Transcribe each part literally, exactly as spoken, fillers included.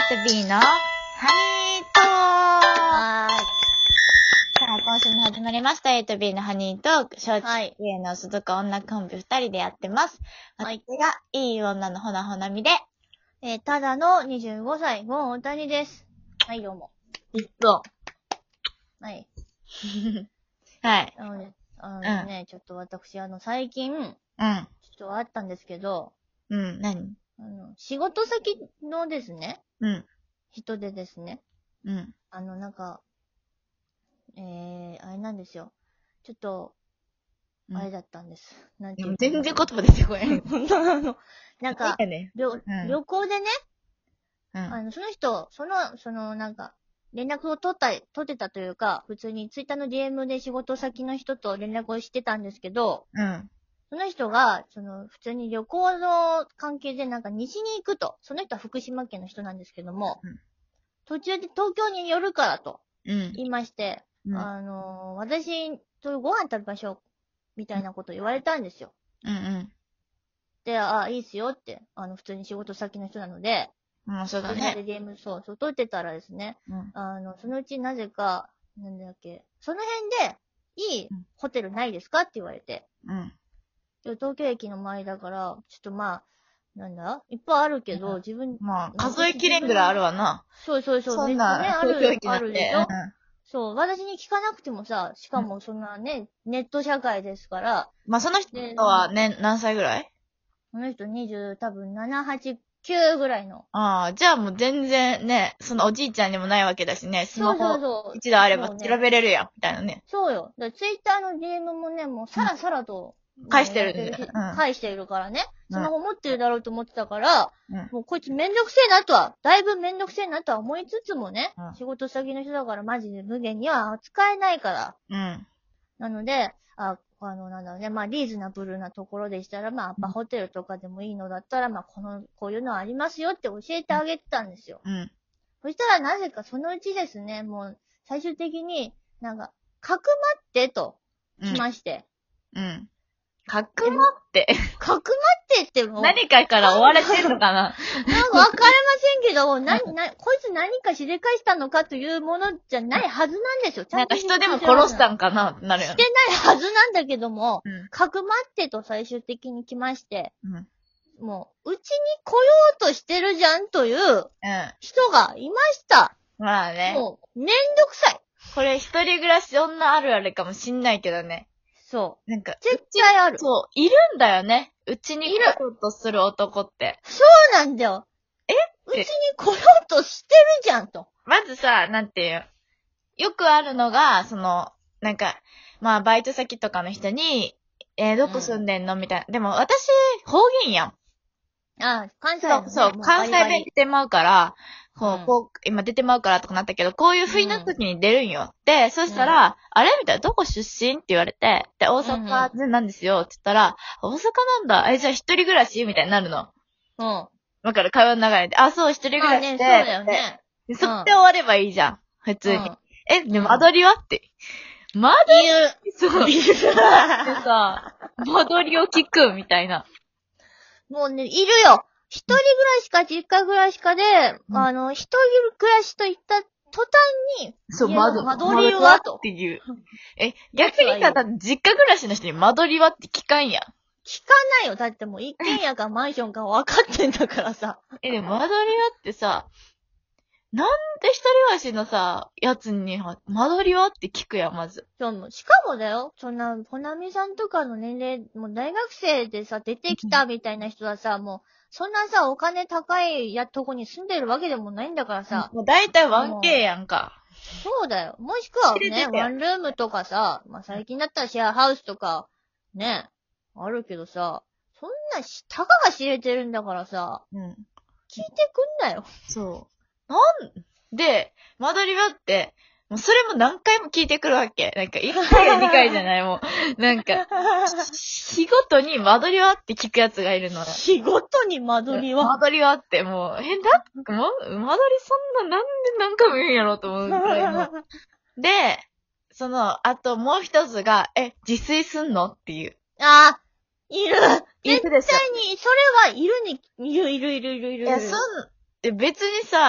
と B のハニートーク。はーい。さあ、今週も始まりました A と B のハニートーク。小中上の鈴鹿女コンビ二人でやってます。はい。私がいい女のほなほなみで、 えー、ただのにじゅうごさい、ゴン大谷です。はい、どうも。 いっそ。 はい。 はい。 あのね、あのね、うん、ちょっと私、あの、最近、うん。ちょっとあったんですけど、 うん、何？ あの、仕事先のですね、 うん。 人でですね、 うん。 あの、なんか、えー、あれなんですよ。ちょっと、あれだったんです。 うん、 なんていう全然言葉出てこない。 なんか、 ね、 旅、 うん、 旅行でね、 うん、 あの、その人、その、その、なんか、連絡を取った、取ってたというか、普通にツイッターの ディーエム で仕事先の人と連絡をしてたんですけど、 うん。 その人が、その、普通に旅行の関係でなんか西に行くと、その人は福島県の人なんですけども、うん、途中で東京に寄るからと、言いまして、うん、あの、私とご飯食べましょう、みたいなこと言われたんですよ。 うんうん。 で、ああ、いいっすよって、あの、普通に仕事先の人なので、 うん、そうだね。 で、ゲーム、そう、そう、撮ってたらですね、うん、あの、そのうちなぜか、なんだっけ、その辺で、いいホテルないですかって言われて。うん。で、東京駅の周りだから、ちょっとまあ、なんだいっぱいあるけど、うん、自分、 まあ、数えきれんぐらいあるわな。 そうそうそう、めっちゃね、ある、あるでしょ、うん、そう、私に聞かなくてもさ、しかもそんなね、うん、ネット社会ですから。 まあ、その人はね、何歳ぐらい？ その人にじゅう、多分なな、はち、きゅうぐらいの。 ああ、じゃあもう全然ね、そのおじいちゃんにもないわけだしね、スマホ一度あれば調べれるやん、みたいなね。 そうよ。ツイッターの ディーエム もね、もうさらさらと、 うん、返してるんだよ。 うん、返しているからね。スマホ持ってるだろうと思ってたから、うん、もうこいつめんどくせえなとは、だいぶめんどくせえなとは思いつつもね、うん、仕事先の人だからマジで無限には扱えないから。うん。なので、あ、あの、なんだろうね、まあ、リーズナブルなところでしたら、まあ、やっぱホテルとかでもいいのだったら、まあ、この、こういうのありますよって教えてあげてたんですよ。うん。そしたらなぜかそのうちですね、もう、最終的になんか、かくまってと、来まして。うん。うん、 かくまって。 かくまってってもう。 何かから追われてるのかななんかわかりませんけど、な、な、こいつ何かしでかしたのかというものじゃないはずなんですよ。 ちゃんと。なんか人でも殺したんかなってなるよね。 してないはずなんだけども、うん、かくまってと最終的に来まして、うん、もう、うちに来ようとしてるじゃんという人がいました。 うん、まあね。 もう、めんどくさい。 これ一人暮らし女あるあるかもしんないけどね。 そう。 なんか、 絶対ある。 そう、いるんだよね。うちに来ようとする男って。 そうなんだよ。 えうちに来ようとしてるじゃんと。 まずさ、なんていう。よくあるのが、その、なんか、まあ、バイト先とかの人に、えー、どこ住んでんの、うん、みたいな。でも、私、方言やん。 ああ、関西の、ね、 そう、そう、関西弁出てまうから、こう、うん、こう、今出てまうからとかなったけど、こういう不意な時に出るんよ。うん、で、そしたら、うん、あれみたいな、どこ出身って言われて、で、大阪なんですよ、って言ったら、うん、大阪なんだ。え、じゃあ一人暮らしみたいになるの。うん。わかる、会話の流れで。あ、そう、一人暮らしで。ね、そうだよね。 で、そこで終わればいいじゃん。普通に。うん、え、で、間取りはって。間取りそう。でさ、間取りを聞くみたいな。 もうね、いるよ。一人暮らしか実家暮らしかで、うん、あの、一人暮らしと言った途端に、 そう、間取りはと。 っていう。え、逆にさ、実家暮らしの人に間取りはって聞かんやん。 聞かないよ。だってもう一軒家かマンションか分かってんだからさ。 え、でも間取りはってさ、なんで一人暮らしのさ、やつに、間取りはって聞くやん、まず。 そう、しかもだよ、そんな、ほなみさんとかの年齢、もう大学生でさ、出てきたみたいな人はさ、もう、そんなさ、お金高いやとこに住んでるわけでもないんだからさ。 もう大体 ワンケー やんか。 そうだよ。もしくはね、ワンルームとかさ、まあ、最近だったらシェアハウスとか、ね、あるけどさ、そんなし、たかが知れてるんだからさ、うん、聞いてくんなよ。 そう。なんで、間取りはって、もうそれも何回も聞いてくるわけ。なんかいっかいやにかいじゃないもう。なんか、日ごとに間取りはって聞くやつがいるの。 日ごとに間取りは間取りはってもう、え、だもう、間取りそんななんで何回も言うんやろうと思うくらいの。で、その、あともう一つが、え、自炊すんのっていう。 ああ、いる。 絶対に、それはいるに、いるいるいるいるいる。 いや、そん、別にさ、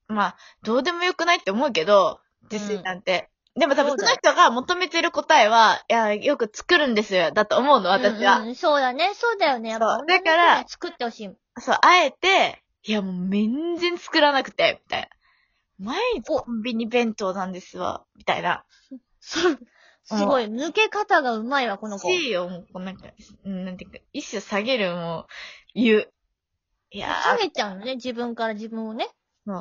まあ、どうでもよくないって思うけど、自炊なんて。うん、でも多分その人が求めてる答えは、いや、よく作るんですよ。だと思うの、私は。 うんうん、そうだね、そうだよね。やっぱだから、 作ってほしい。 そう、あえて、いやもう全然作らなくて、みたいな。毎日コンビニ弁当なんですわ、みたいな。 そう。すごい、抜け方がうまいわ、この子。 しいよ、もう、なんか、なんていうか、意志を下げる、もう、言う。 いやー。下げちゃうのね、自分から自分をね。 そう。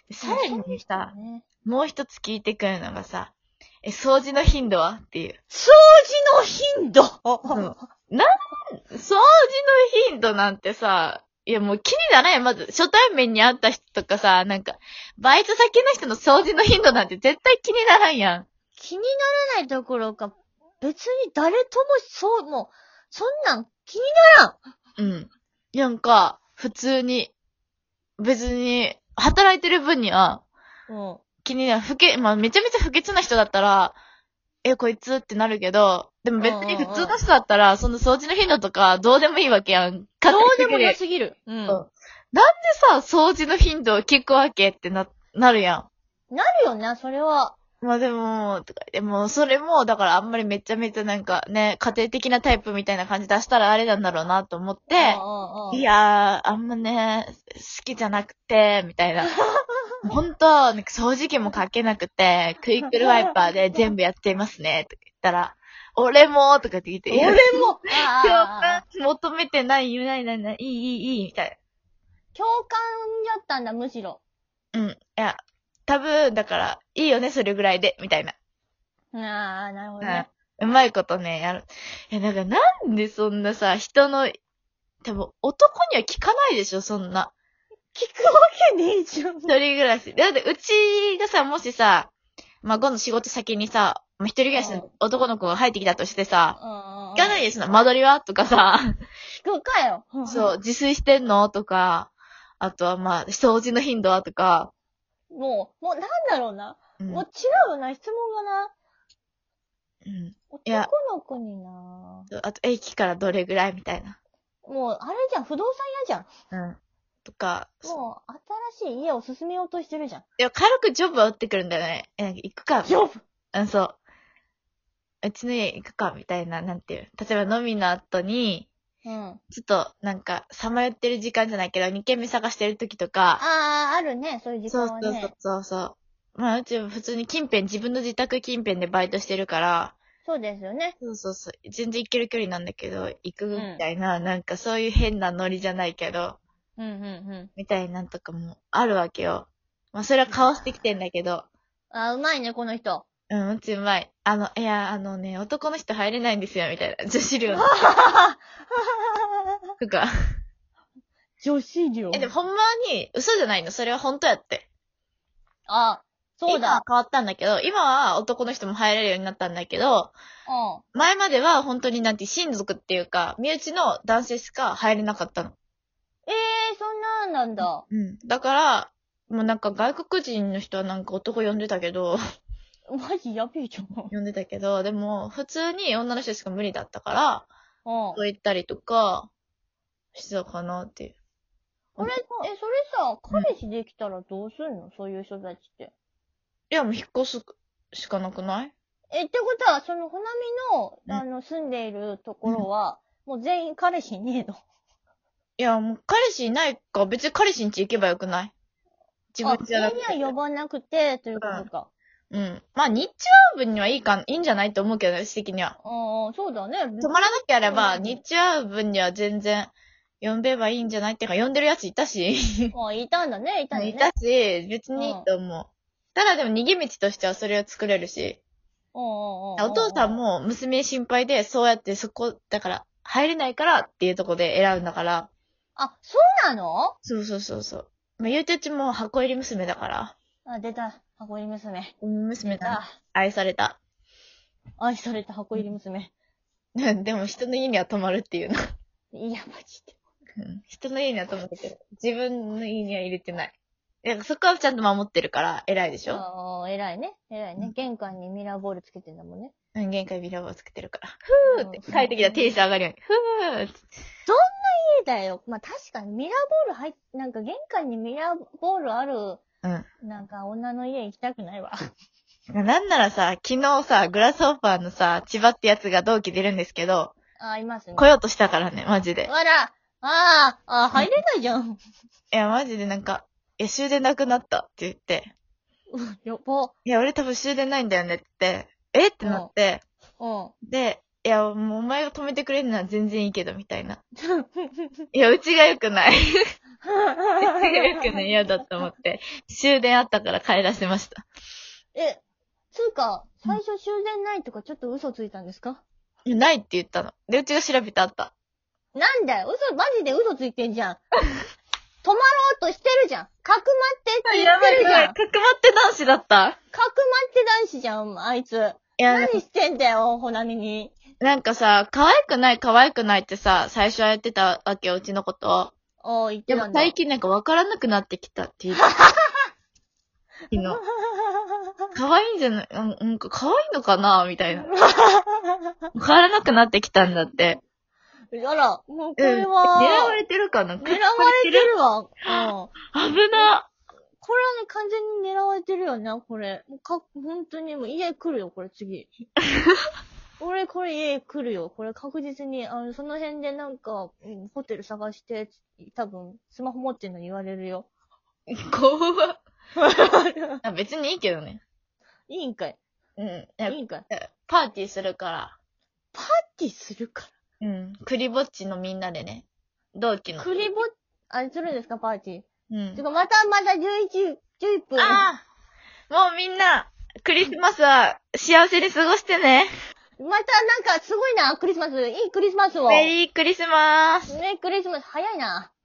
さらにさ、ね、もう一つ聞いてくるのがさ、え、掃除の頻度はっていう。 掃除の頻度そう。なん、掃除の頻度なんてさ、いやもう気にならない。まず、初対面に会った人とかさ、なんか、バイト先の人の掃除の頻度なんて絶対気にならんやん。 気にならないどころか、別に誰とも、そう、もう、そんなん気にならん。 うん。なんか、普通に、別に、働いてる分には、うん。気になる。不潔、まあめちゃめちゃ不潔な人だったら、え、こいつってなるけど、でも別に普通の人だったら、その掃除の頻度とかどうでもいいわけやん。どうでもよすぎる。 うん。なんでさ、掃除の頻度を聞くわけってな、なるやん。なるよな、それは。 まあでも、でも、それも、だからあんまりめちゃめちゃなんかね、家庭的なタイプみたいな感じ出したらあれなんだろうなと思って、いやー、あんまね、好きじゃなくて、みたいな。ほんと、なんか掃除機もかけなくて、クイックルワイパーで全部やっていますね、とか言ったら、俺もとかって言って、 俺も共感求めてない、言うないないない、いい、いい、いい、みたいな。 共感だったんだ、むしろ。 うん。いや、多分、だから、いいよね、それぐらいで、みたいな。 ああ、なるほどね。 うまいことね、やる。いや、なんかなんでそんなさ、人の、多分、男には聞かないでしょ、そんな。 聞くわけねえじゃん。一人暮らし。だって、うちがさ、もしさ、まあ、今度仕事先にさ、まあ、一人暮らしの男の子が入ってきたとしてさ、聞かないですな、間取りはとかさ、 聞くかよ。 そう、自炊してんのとか、あとはまあ、掃除の頻度はとか。 もう、もうなんだろうな。うん、もう違うな、質問がな。うん。男の子にな。 あと、駅からどれぐらいみたいな。 もう、あれじゃん、不動産屋じゃん。 うん。とか。 もう、新しい家を進めようとしてるじゃん。いや、軽くジョブは打ってくるんだよね。え、行くか。 ジョブうん、そう。うちの家行くか、みたいな、なんていう。例えば飲みの後に、うん。ちょっと、なんか、さまよってる時間じゃないけど、二軒目探してる時とか。 ああ、あるね、そういう時間はね。 そうそうそうそう。まあ、うち普通に近辺、自分の自宅近辺でバイトしてるから。 そうですよね。 そうそうそう。全然行ける距離なんだけど、行くみたいな、うん、なんかそういう変なノリじゃないけど。うんうんうん。みたいなんとかもあるわけよ。まあ、それは顔してきてんだけど。 あ、うまいね、この人。 うん、うちうまい。あの、いや、あのね、男の人入れないんですよ、みたいな。女子寮。とか。 女子寮。 え、でもほんまに、嘘じゃないの。それは本当やって。 あ、そうだ。 今は変わったんだけど、今は男の人も入れるようになったんだけど、うん。前までは本当になんて親族っていうか、身内の男性しか入れなかったの。 ええー、そんなんなんだ。 うん。だから、もうなんか外国人の人はなんか男呼んでたけど、 マジやべえじゃん。 呼んでたけど、でも普通に女の人しか無理だったから、うん。そう言ったりとか、してたかなっていう。 あれ、え、それさ、彼氏できたらどうすんの、うん、そういう人たちって。 いや、もう引っ越すしかなくない？ え、ってことは、その、ほなみの、うん、あの、住んでいるところは、うん、もう全員彼氏いねえの？ いや、もう彼氏いないか、別に彼氏ん家行けばよくない？ 自分じゃなくて。家には呼ばなくて、ということか。 うん。うん。まあ、日中会う分にはいいか、いいんじゃないと思うけど、私的には。 ああ、そうだね。 泊まらなければ、日中会う分には全然、呼べばいいんじゃないっていうか、呼んでるやついたし。 ああ、いたんだね、いたんだね。 いたし、別にいいと思う。うん、ただでも逃げ道としてはそれを作れるし。お父さんも娘心配で、そうやってそこ、だから、入れないからっていうとこで選んだから。 あ、そうなの？ そうそうそうそう。まあ、ゆうてちも箱入り娘だから。 あ、出た。箱入り娘。 娘だ。愛された。 愛された箱入り娘。 でも人の家には泊まるっていうな。 いや、マジで。 うん。人の家には泊まるけど、自分の家には入れてない。いや、そこはちゃんと守ってるから、偉いでしょ？ ああ、偉いね。偉いね。うん、玄関にミラーボールつけてんだもんね。 うん、玄関にミラーボールつけてるから。ふーって帰ってきたらテンション上がるように。ふーって。 どんな家だよ。まあ、確かにミラーボール入っ、なんか玄関にミラーボールあるうん。 なんか女の家行きたくないわ。 なんならさ、昨日さ、グラスホッパーのさ、千葉ってやつが同期出るんですけど、 あ、いますね。 来ようとしたからね、マジで。 あら、ああ、あ、入れないじゃん。 いや、マジでなんか、いや、終電なくなったって言って、 うん、やば。 いや、俺多分終電ないんだよねって、えってなって、 うん。 で、いや、もうお前が止めてくれるのは全然いいけど、みたいな。いや、うちが良くない。うちが良くない、嫌だと思って、終電あったから帰らせました。 え、つうか、最初終電ないとかちょっと嘘ついたんですか？ ないって言ったの。で、うちが調べてあった。 なんだよ、嘘、マジで嘘ついてんじゃん。止まろうとしてるじゃん。かくまってって言ってるじゃん。 かくまって男子だった。 かくまって男子じゃん、あいつ。いや、何してんだよ、ほなみに。 なんかさ、可愛くない可愛くないってさ、最初は言ってたわけよ、うちのこと。 おー、言ってたんだ。 でも最近なんか分からなくなってきたって言って。昨日。可愛いんじゃない、なんか可愛いのかなみたいな。分からなくなってきたんだって。 あら、もうこれは、 うん、狙われてるかな？ 狙われてるわ。うん。 危な。 これはね、完全に狙われてるよな、これ。もうか、本当にもう家来るよ、これ次。俺、これ家来るよ。これ確実に、あの、その辺でなんか、うん、ホテル探して、多分、スマホ持ってんの言われるよ。 怖っ。あ、別にいいけどね。 いいんかい。 うん。 いいんかい。 パーティーするから。 パーティーするから。 うん。クリぼっちのみんなでね。同期の。 クリぼっち、あれするんですか、パーティー。 うん。 てか、またまだじゅういち、じゅういっぷん。 ああ、もうみんな、クリスマスは幸せに過ごしてね。 またなんかすごいな、クリスマス。いいクリスマスを。 メリークリスマス。 ね、クリスマス早いな。